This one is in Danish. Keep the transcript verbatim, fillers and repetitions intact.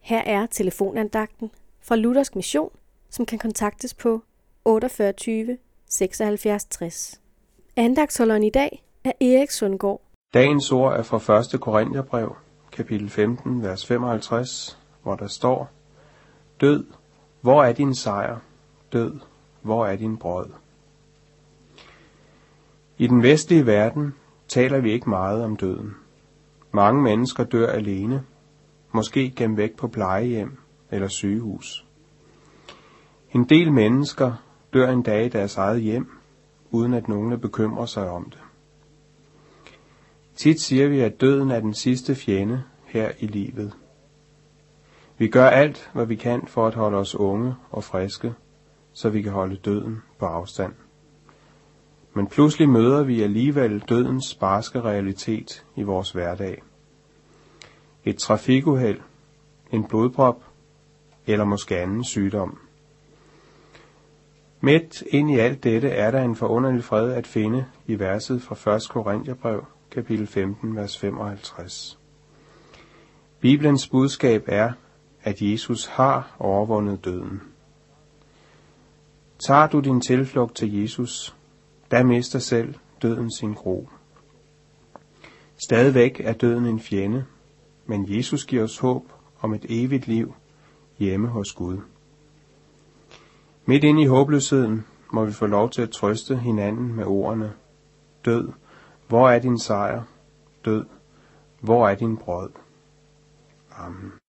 Her er telefonandagten fra Luthersk Mission, som kan kontaktes på otteogfyrre tyve seksoghalvfjerds tres. Andagtsholderen i dag er Erik Sundgaard. Dagens ord er fra første Korintherbrev, kapitel femten, vers femoghalvtreds, hvor der står: Død, hvor er din sejr? Død, hvor er din brød? I den vestlige verden taler vi ikke meget om døden. Mange mennesker dør alene, måske gemt væk på plejehjem eller sygehus. En del mennesker dør en dag i deres eget hjem, uden at nogen bekymrer sig om det. Tit siger vi, at døden er den sidste fjende her i livet. Vi gør alt, hvad vi kan for at holde os unge og friske, så vi kan holde døden på afstand. Men pludselig møder vi alligevel dødens barske realitet i vores hverdag. Et trafikuheld, en blodprop eller måske anden sygdom. Midt ind i alt dette er der en forunderlig fred at finde i verset fra første Korintherbrev, kapitel femten, vers femoghalvtreds. Bibelens budskab er, at Jesus har overvundet døden. Tager du din tilflugt til Jesus, der mister selv døden sin gro. Stadigvæk er døden en fjende, men Jesus giver os håb om et evigt liv hjemme hos Gud. Midt inde i håbløsheden må vi få lov til at trøste hinanden med ordene: Død, hvor er din sejr? Død, hvor er din brød? Amen.